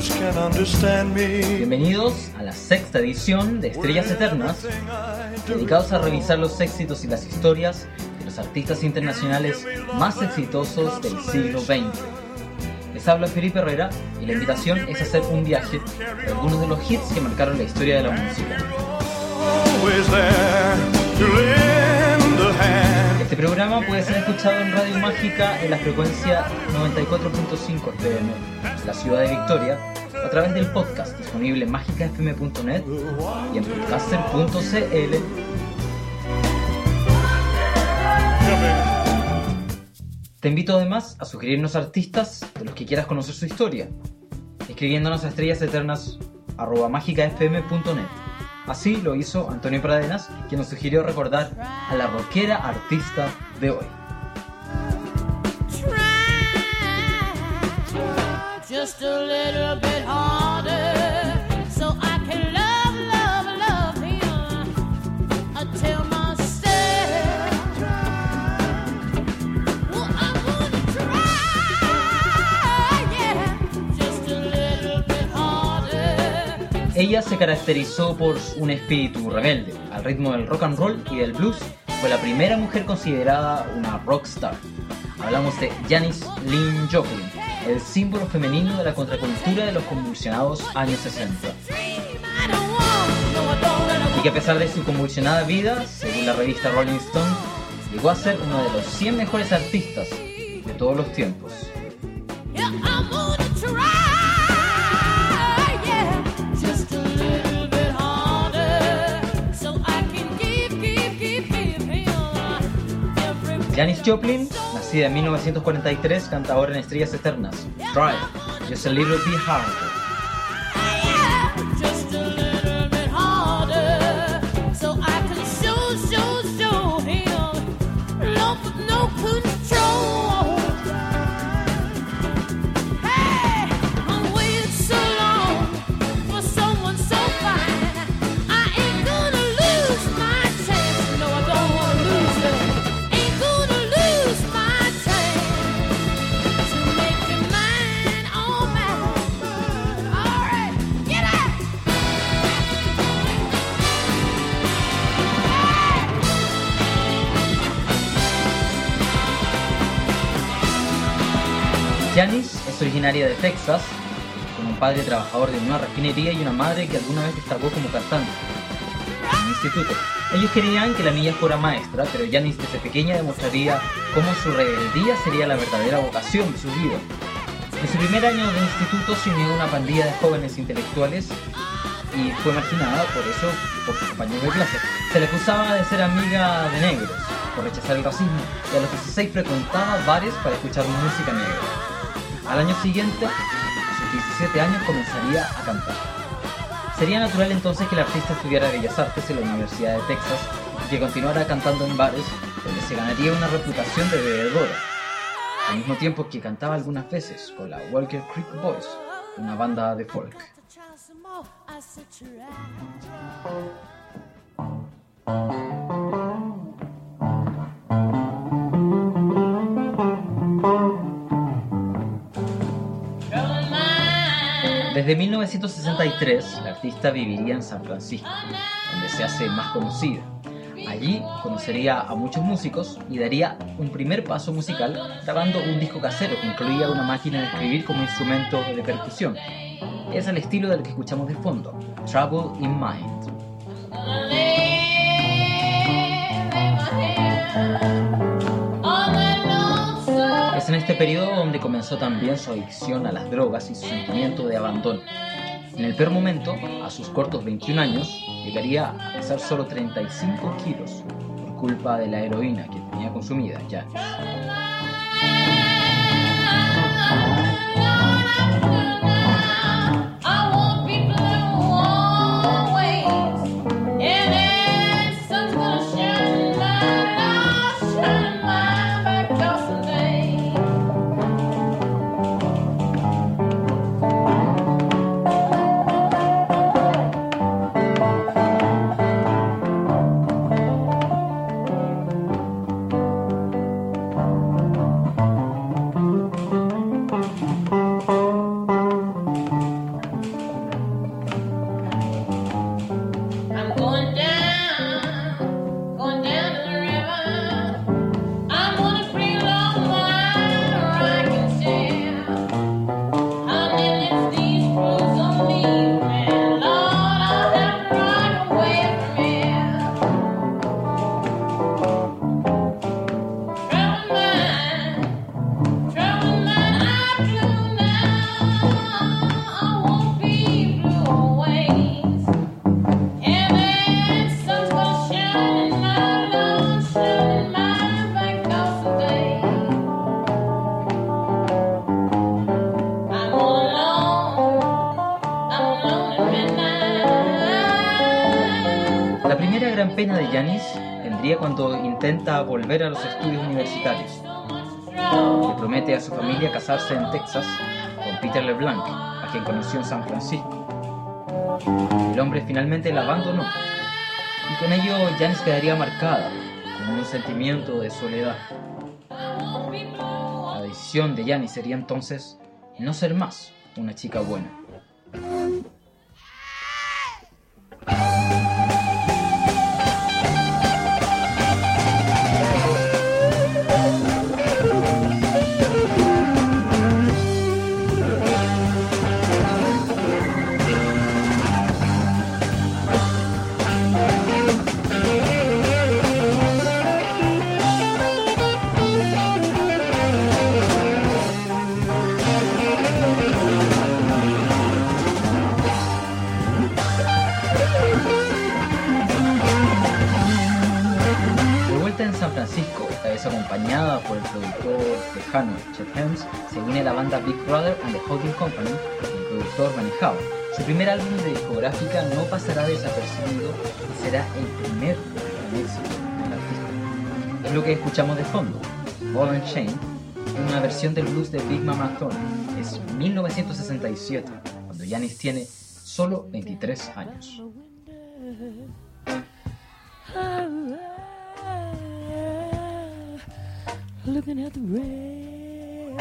Bienvenidos a la sexta edición de Estrellas Eternas, dedicados a revisar los éxitos y las historias de los artistas internacionales más exitosos del siglo XX. Les habla Felipe Herrera y la invitación es hacer un viaje por algunos de los hits que marcaron la historia de la música. Este programa puede ser escuchado en Radio Mágica en la frecuencia 94.5 FM en la ciudad de Victoria, a través del podcast disponible en magicafm.net y en podcaster.cl. Te invito además a sugerirnos artistas de los que quieras conocer su historia, escribiéndonos a estrellas@magicafm.net. Así lo hizo Antonio Pradenas, quien nos sugirió recordar a la rockera artista de hoy. Just a little bit harder, so I can love him until myself. Well, I'm gonna try, yeah, just a little bit harder. Ella se caracterizó por un espíritu rebelde, al ritmo del rock and roll y del blues. Fue la primera mujer considerada una rockstar. Hablamos de Janis Lyn Joplin, el símbolo femenino de la contracultura de los convulsionados años 60. Y que a pesar de su convulsionada vida, según la revista Rolling Stone, llegó a ser uno de los 100 mejores artistas de todos los tiempos. Janis Joplin, nacida en 1943, canta ahora en Estrellas Eternas, Try, Just a Little Bit Harder. Janis es originaria de Texas, con un padre trabajador de una refinería y una madre que alguna vez destacó como cantante en un instituto. Ellos querían que la niña fuera maestra, pero Janis desde pequeña demostraría cómo su rebeldía sería la verdadera vocación de su vida. En su primer año de instituto se unió a una pandilla de jóvenes intelectuales y fue marginada por sus compañeros de clase. Se le acusaba de ser amiga de negros, por rechazar el racismo, y a los 16 frecuentaba bares para escuchar música negra. Al año siguiente, a sus 17 años, comenzaría a cantar. Sería natural entonces que el artista estudiara Bellas Artes en la Universidad de Texas y que continuara cantando en bares, donde se ganaría una reputación de bebedora, al mismo tiempo que cantaba algunas veces con la Walker Creek Boys, una banda de folk. Desde 1963, la artista viviría en San Francisco, donde se hace más conocida. Allí conocería a muchos músicos y daría un primer paso musical grabando un disco casero que incluía una máquina de escribir como instrumento de percusión. Es el estilo del que escuchamos de fondo, Trouble in Mind. Es en este periodo donde comenzó también su adicción a las drogas y su sentimiento de abandono. En el peor momento, a sus cortos 21 años, llegaría a pesar solo 35 kilos por culpa de la heroína que tenía consumida Janis. en pena de Janis vendría cuando intenta volver a los estudios universitarios. Le promete a su familia casarse en Texas con Peter LeBlanc, a quien conoció en San Francisco. El hombre finalmente la abandonó, y con ello Janis quedaría marcada con un sentimiento de soledad. La decisión de Janis sería entonces no ser más una chica buena. Acompañada por el productor tejano Chet Helms, se une a la banda Big Brother and the Holding Company que el productor manejaba. Su primer álbum de discográfica no pasará desapercibido y será el primer gran éxito del artista. Es lo que escuchamos de fondo, Ball and Chain, una versión del blues de Big Mama Thornton. Es 1967, cuando Janis tiene solo 23 años. Looking at the rain,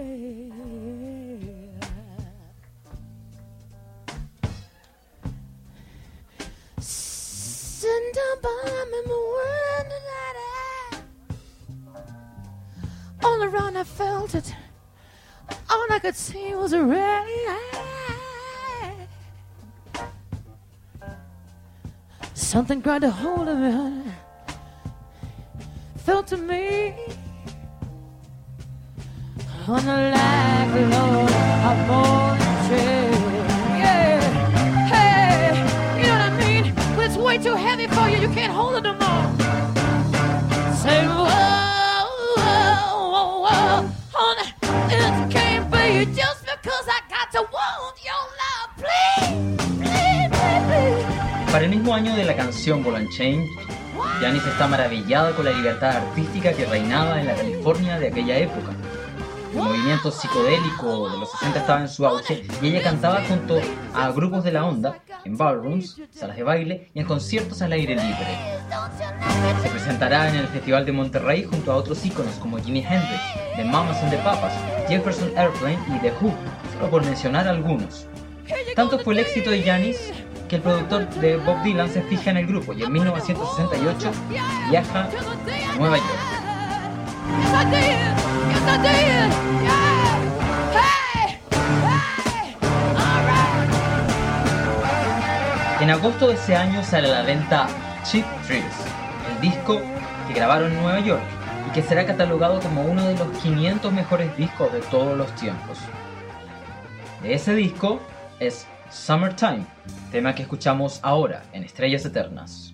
sitting down by me wonderland. All around I felt it, all I could see was a rain. Something grabbed a hold of me, felt to me on the lag, Lord, I'm on the trail. Yeah, hey, you know what I mean? When it's way too heavy for you, you can't hold it no more. Say, whoa, whoa, whoa, whoa, honey, it can't be just because I got to want your love, please, please, please, please. Para el mismo año de la canción Ball and Chain, Janis está maravillada con la libertad artística que reinaba en la California de aquella época. El movimiento psicodélico de los 60 estaba en su auge y ella cantaba junto a grupos de la onda, en ballrooms, salas de baile y en conciertos al aire libre. Se presentará en el Festival de Monterrey junto a otros íconos como Jimi Hendrix, The Mamas and the Papas, Jefferson Airplane y The Who, solo por mencionar algunos. Tanto fue el éxito de Janis que el productor de Bob Dylan se fija en el grupo y en 1968 viaja a Nueva York. Yes, I did. Yes, I did. Yeah. Hey, hey, all right. En agosto de ese año sale a la venta Cheap Thrills, el disco que grabaron en Nueva York y que será catalogado como uno de los 500 mejores discos de todos los tiempos. De ese disco es Summertime, tema que escuchamos ahora en Estrellas Eternas.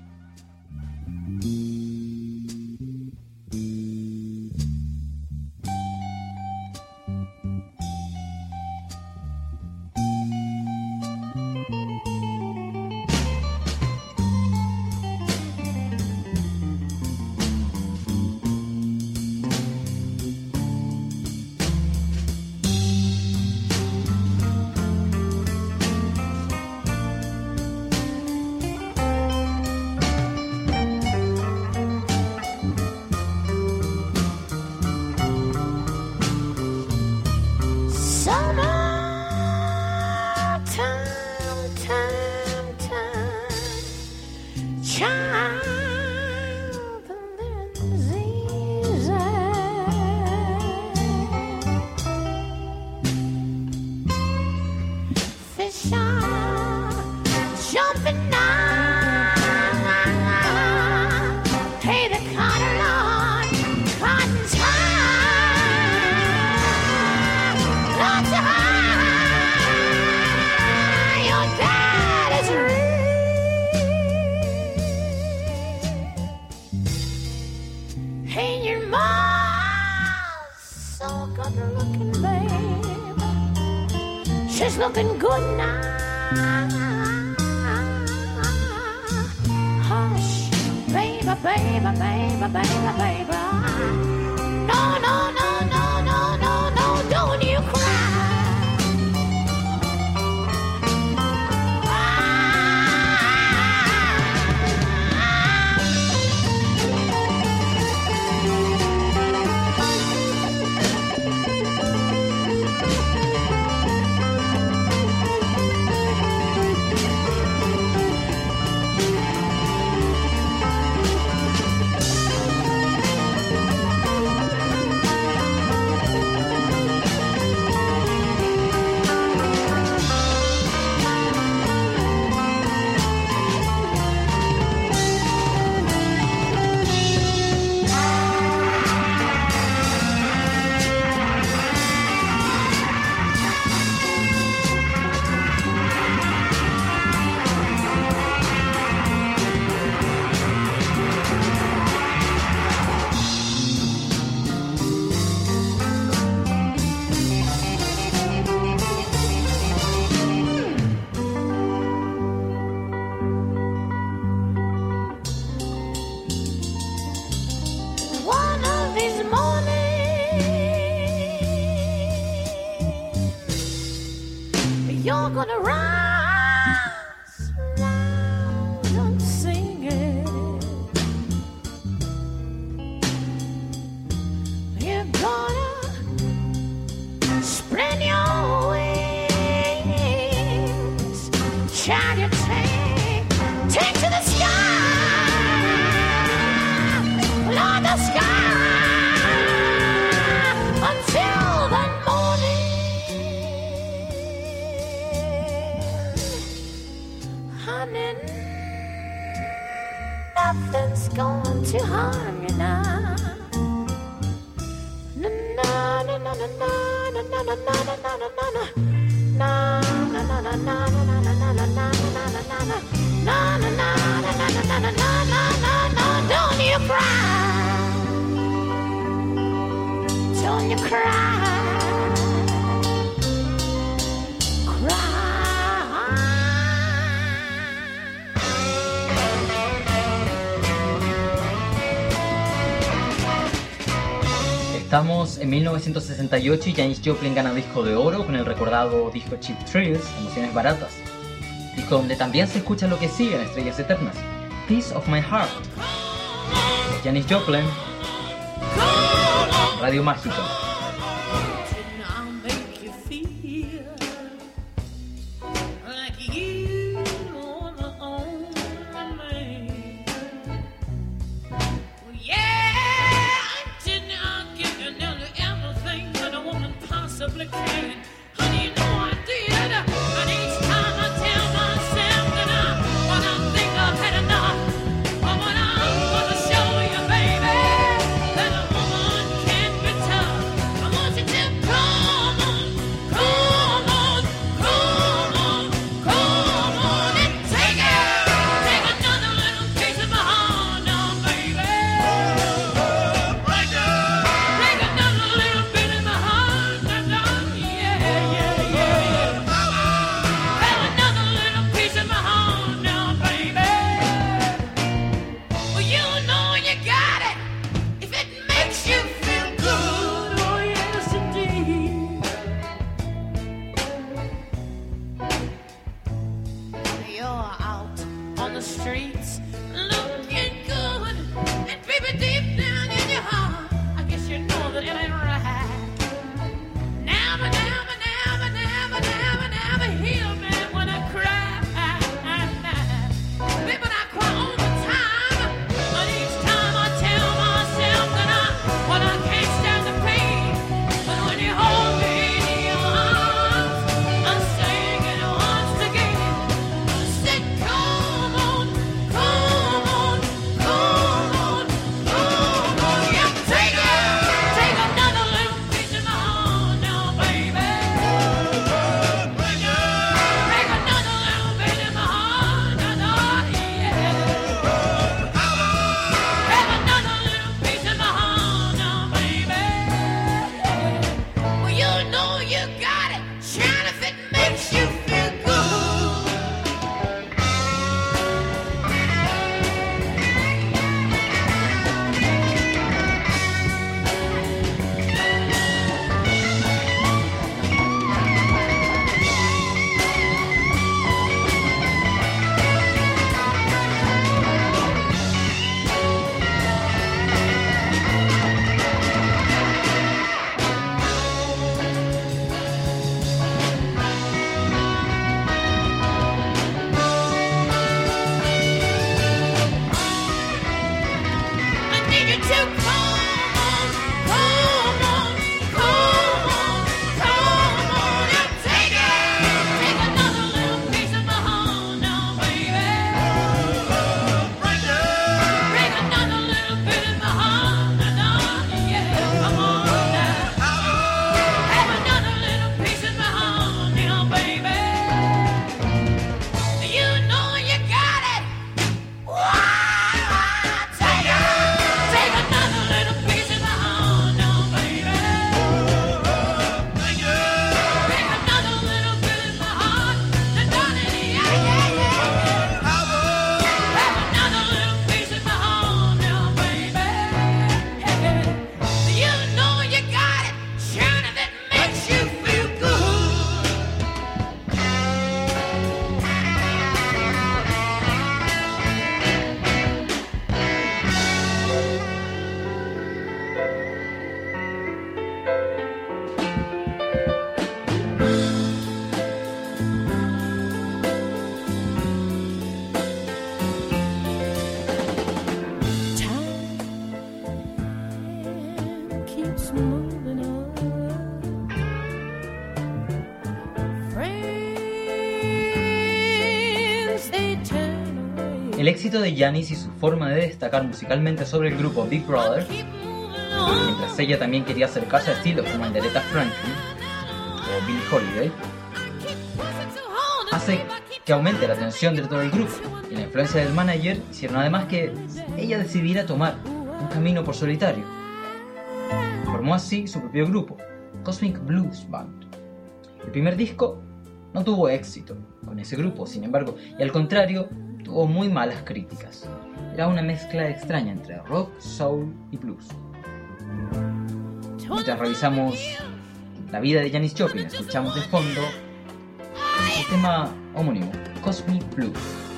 She's looking good now. Hush. baby, baby, baby, baby. No, no, no, no, no, no, no, don't you cry. You're gonna rise round and sing it. You're gonna spread your wings, shine your take to the sky, Lord, the sky, until the morning. Honey, nothing's going to harm you now. Na na na na na na na na na na na na. Don't you cry, don't you cry. Estamos en 1968 y Janis Joplin gana disco de oro con el recordado disco Cheap Thrills, Emociones Baratas, disco donde también se escucha lo que sigue en Estrellas Eternas, Piece of My Heart, Janis Joplin, Radio Mágica. Come El éxito de Janis y su forma de destacar musicalmente sobre el grupo Big Brother, mientras ella también quería acercarse a estilos como el de Aretha Franklin o Billie Holiday, hace que aumente la tensión dentro del grupo, y la influencia del manager hicieron además que ella decidiera tomar un camino por solitario. Formó así su propio grupo, Cosmic Blues Band. El primer disco no tuvo éxito con ese grupo, sin embargo, y al contrario, tuvo muy malas críticas. Era una mezcla extraña entre rock, soul y blues. Mientras revisamos la vida de Janis Joplin, escuchamos de fondo el tema homónimo, Cosmic Blues.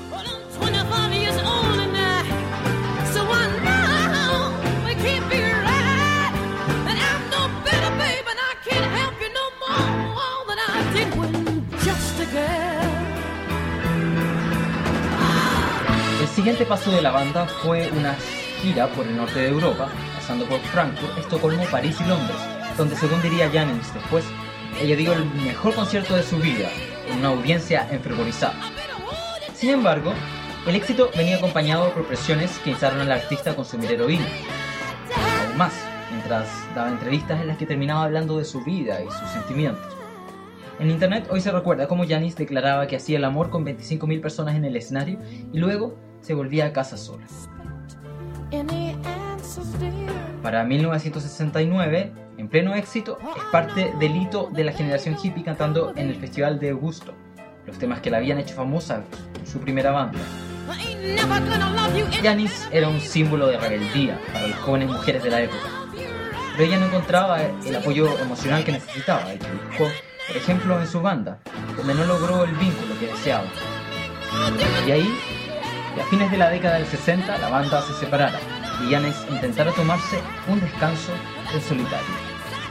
El siguiente paso de la banda fue una gira por el norte de Europa, pasando por Frankfurt, Estocolmo, París y Londres, donde, según diría Janis después, ella dio el mejor concierto de su vida, en una audiencia enfervorizada. Sin embargo, el éxito venía acompañado por presiones que instaron al artista a consumir heroína. Aún más, mientras daba entrevistas en las que terminaba hablando de su vida y sus sentimientos. En internet hoy se recuerda cómo Janis declaraba que hacía el amor con 25.000 personas en el escenario y luego se volvía a casa sola. Para 1969, en pleno éxito, es parte del hito de la generación hippie cantando en el Festival de Woodstock los temas que la habían hecho famosa en su primera banda. Janis era un símbolo de rebeldía para las jóvenes mujeres de la época, pero ella no encontraba el apoyo emocional que necesitaba y que buscó, por ejemplo, en su banda, donde no logró el vínculo que deseaba. Y ahí, a fines de la década del 60, la banda se separara y Janis intentara tomarse un descanso en solitario.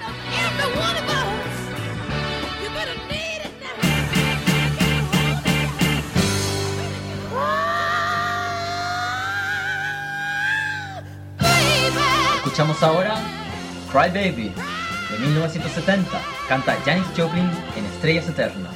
Escuchamos ahora Cry Baby de 1970. Canta Janis Joplin en Estrellas Eternas.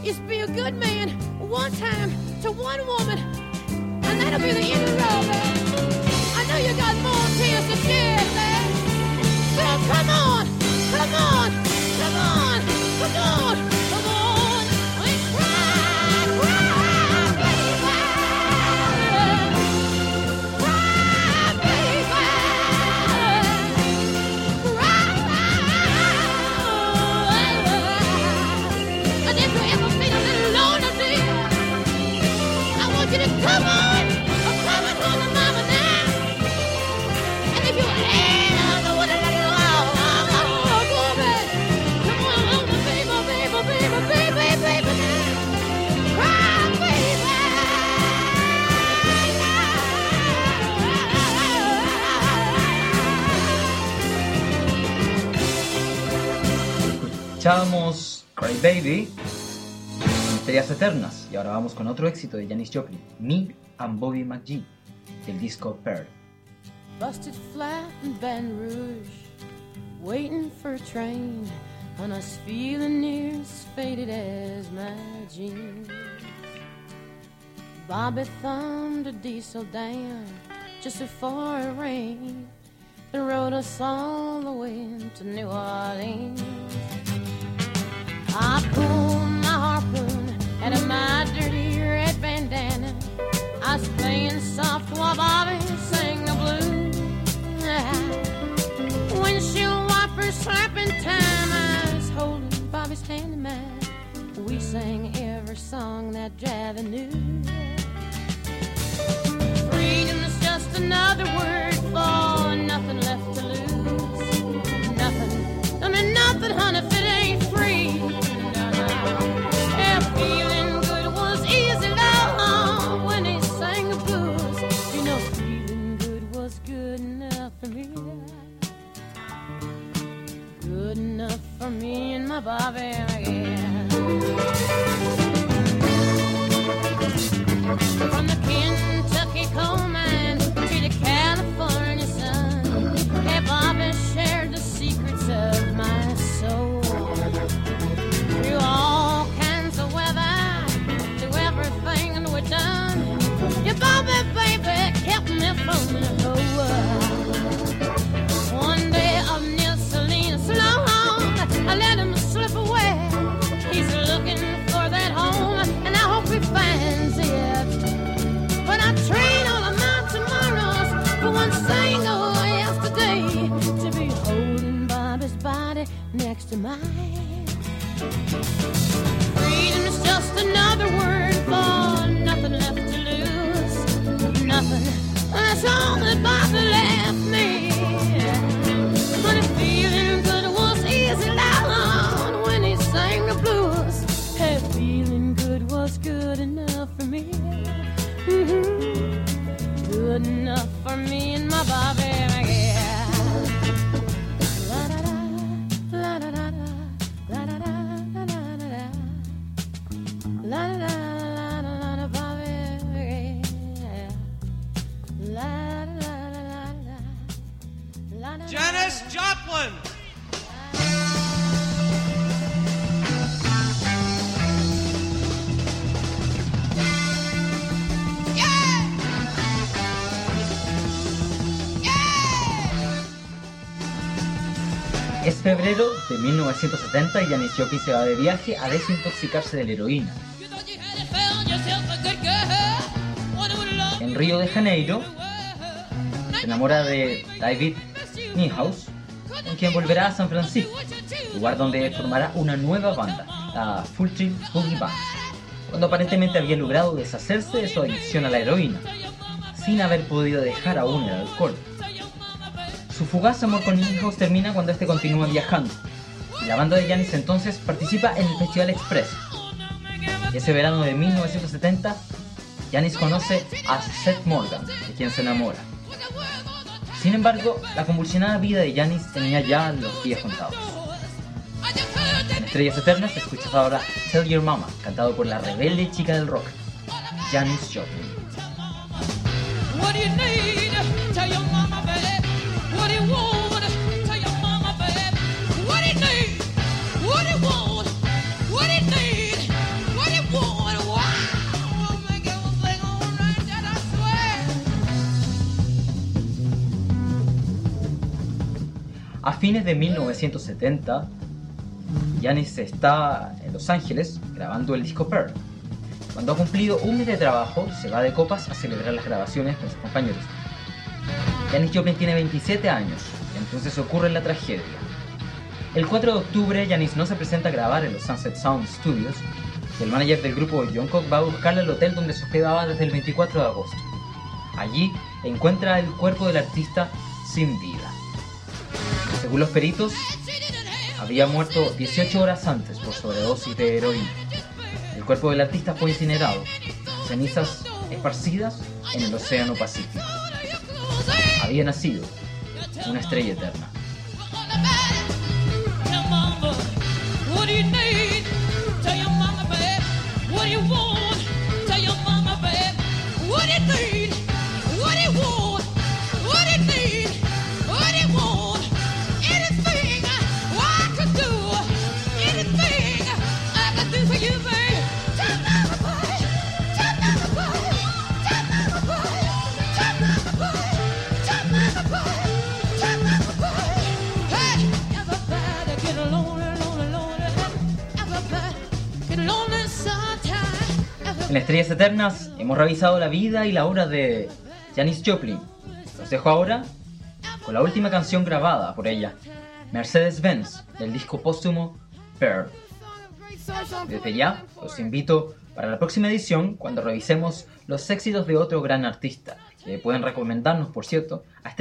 Just be a good man one time to one woman, and that'll be the end of the road, man. I know you got more tears to shed, man. So come on, come on, come on, come on, come on. And cry, cry, baby. Cry, baby. Cry. And if you ever feel a little lonely, dear, I want you to come on home to mama now. And if you ever want to let it go, baby, come on home to baby, now. Cry, baby. Escuchamos Cry Baby, Estrellas Eternas, y ahora vamos con otro éxito de Janis Joplin, Me and Bobby McGee, del disco Pearl. Busted flat in Baton Rouge, waiting for a train, on us feeling near as faded as my jeans. Bobby thumbed a diesel down just before it rained and rode us all the way to New Orleans. I pulled my harpoon out of my dirty red bandana. I was playing soft while Bobby sang the blues. Windshield wipers slapping time, I was holding Bobby's hand in mine. We sang every song that Javi knew. Freedom's just another word for nothing left to lose. Nothing, I mean nothing, honey, if it ain't free. Yeah, feeling good was easy, love, when he sang the blues. You know, feeling good was good enough for me. Good enough for me and my Bobby, yeah. From the Kentucky coal mine to the California sun, hey, Bobby shared the secrets of my soul. Through all kinds of weather, through everything that we've done, your Bobby, baby, kept me from the hole. One day up near Salinas, long, I let him slip away. He's looking for that home, and I hope he finds it. But I trade all of my tomorrows for one single yesterday, to be holding Bobby's body next to mine. Freedom is just another word for nothing left to lose. Nothing, that's all that Bobby left me. But if feeling good was easy, loud when he sang the blues, hey, feeling good was good enough for me. Mm-hmm. Good enough for me and my Bobby, yeah. La da da, la da da da, la da da, la da da da, la da da, la da da da, Bobby, yeah. La da da da da, la da da. Janis Joplin. Es febrero de 1970 y Janis Joplin se va de viaje a desintoxicarse de la heroína. En Río de Janeiro se enamora de David Niehaus, con quien volverá a San Francisco, lugar donde formará una nueva banda, la Full Tilt Boogie Band, cuando aparentemente había logrado deshacerse de su adicción a la heroína, sin haber podido dejar aún el alcohol. Su fugaz amor con Niehaus termina cuando este continúa viajando, y la banda de Janis entonces participa en el Festival Express. Y ese verano de 1970, Janis conoce a Seth Morgan, de quien se enamora. Sin embargo, la convulsionada vida de Janis tenía ya los días contados. En Estrellas Eternas escuchas ahora Tell Your Mama, cantado por la rebelde chica del rock, Janis Joplin. What do you need? Tell your mama, baby. What do you want? Tell your mama, baby. What do you need? What do you want? What do you need? What fines de 1970, Janis está en Los Ángeles grabando el disco Pearl. Cuando ha cumplido un mes de trabajo, se va de copas a celebrar las grabaciones con sus compañeros. Janis Joplin tiene 27 años, y entonces ocurre la tragedia. El 4 de octubre, Janis no se presenta a grabar en los Sunset Sound Studios, y el manager del grupo, John Cock, va a buscarla al hotel donde se hospedaba desde el 24 de agosto. Allí encuentra el cuerpo del artista sin vida. Según los peritos, había muerto 18 horas antes por sobredosis de heroína. El cuerpo del artista fue incinerado, cenizas esparcidas en el Océano Pacífico. Había nacido una estrella eterna. En Estrellas Eternas hemos revisado la vida y la obra de Janis Joplin. Los dejo ahora con la última canción grabada por ella, Mercedes-Benz, del disco póstumo Pearl. Desde ya los invito para la próxima edición, cuando revisemos los éxitos de otro gran artista, que pueden recomendarnos, por cierto, a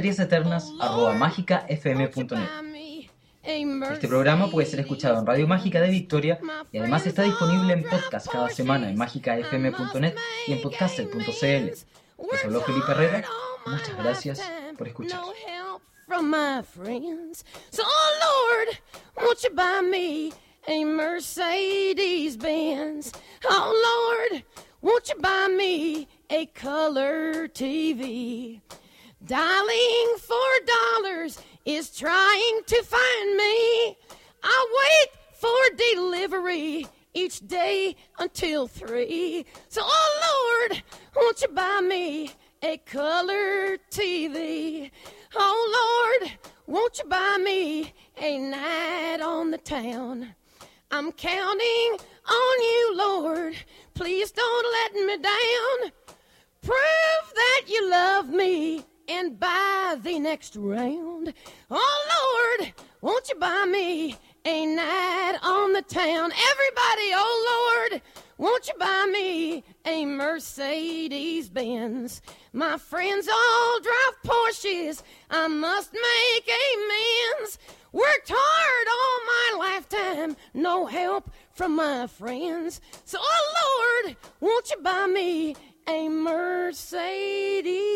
estrellaseternas@magicafm.net. Este programa puede ser escuchado en Radio Mágica de Victoria y además está disponible en podcast cada semana en magicafm.net y en podcaster.cl. Les habló Felipe Herrera. Muchas gracias por escuchar. From my friends. So, oh Lord, won't you buy me a Mercedes-Benz? Oh Lord, won't you buy me a color TV? Dialing $4 is trying to find me. I wait for delivery each day until 3. So, oh Lord, won't you buy me a color TV? Oh Lord, won't you buy me a night on the town? I'm counting on you, Lord. Please don't let me down. Prove that you love me and buy the next round. Oh Lord, won't you buy me a night on the town? Everybody, oh Lord, won't you buy me a Mercedes-Benz? My friends all drive Porsches, I must make amends. Worked hard all my lifetime, no help from my friends. So, oh Lord, won't you buy me a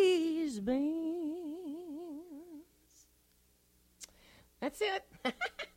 Mercedes-Benz? That's it.